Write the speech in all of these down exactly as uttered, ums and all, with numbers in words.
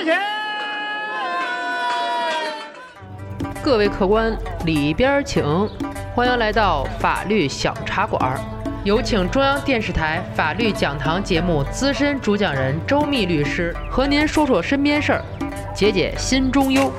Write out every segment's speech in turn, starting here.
钱。 各位客官，里边请，欢迎来到法律小茶馆。有请中央电视台法律讲堂节目资深主讲人周密律师和您说说身边事儿，解解心中忧。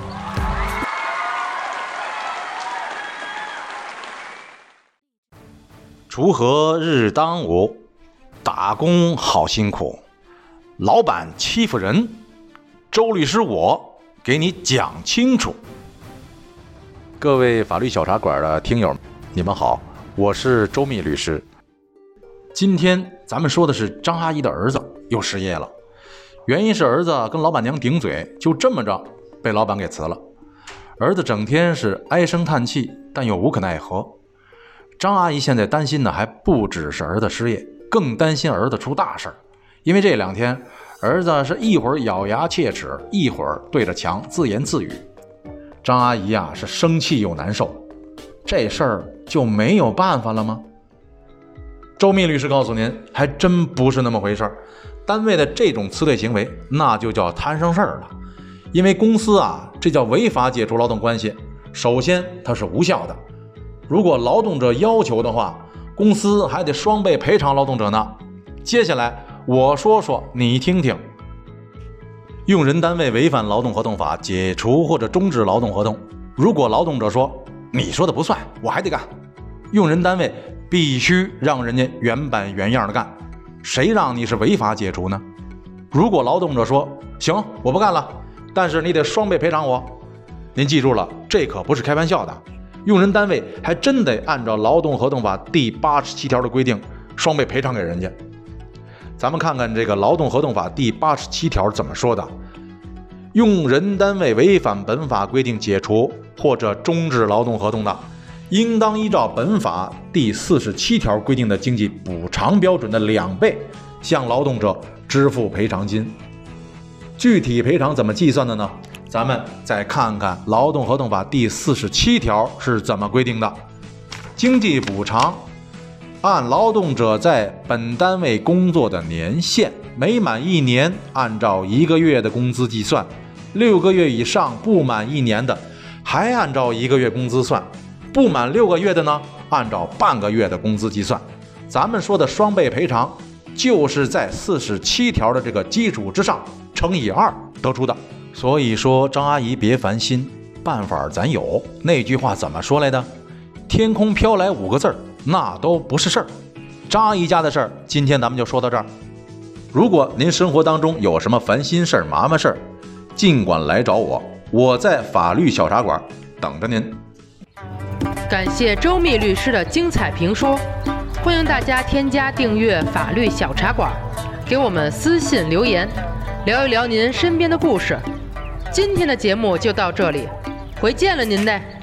锄禾日当午，打工好辛苦，老板欺负人，周律师我给你讲清楚。各位法律小茶馆的听友，你们好，我是周密律师。今天咱们说的是张阿姨的儿子又失业了，原因是儿子跟老板娘顶嘴，就这么着被老板给辞了。儿子整天是唉声叹气，但又无可奈何。张阿姨现在担心的还不只是儿子失业，更担心儿子出大事儿。因为这两天儿子是一会儿咬牙切齿，一会儿对着墙自言自语。张阿姨啊是生气又难受，这事儿就没有办法了吗？周密律师告诉您，还真不是那么回事儿。单位的这种辞退行为，那就叫摊上事儿了。因为公司啊，这叫违法解除劳动关系。首先，它是无效的。如果劳动者要求的话，公司还得双倍赔偿劳动者呢。接下来我说说，你听听。用人单位违反劳动合同法解除或者终止劳动合同，如果劳动者说你说的不算，我还得干，用人单位必须让人家原版原样的干，谁让你是违法解除呢？如果劳动者说行，我不干了，但是你得双倍赔偿我，您记住了，这可不是开玩笑的，用人单位还真得按照劳动合同法第八十七条的规定双倍赔偿给人家。咱们看看这个劳动合同法第八十七条怎么说的。用人单位违反本法规定解除或者终止劳动合同的，应当依照本法第四十七条规定的经济补偿标准的两倍向劳动者支付赔偿金。具体赔偿怎么计算的呢？咱们再看看劳动合同法第四十七条是怎么规定的。经济补偿按劳动者在本单位工作的年限，每满一年按照一个月的工资计算，六个月以上不满一年的还按照一个月工资算，不满六个月的呢按照半个月的工资计算。咱们说的双倍赔偿就是在四十七条的这个基础之上乘以二得出的。所以说张阿姨别烦心，办法咱有。那句话怎么说来的？天空飘来五个字儿，那都不是事儿。张阿姨家的事儿今天咱们就说到这儿。如果您生活当中有什么烦心事儿、麻烦事儿，尽管来找我，我在法律小茶馆等着您。 感谢周密律师的精彩评说，欢迎大家添加订阅法律小茶馆，给我们私信留言，聊一聊您身边的故事。今天的节目就到这里，回见了您嘞。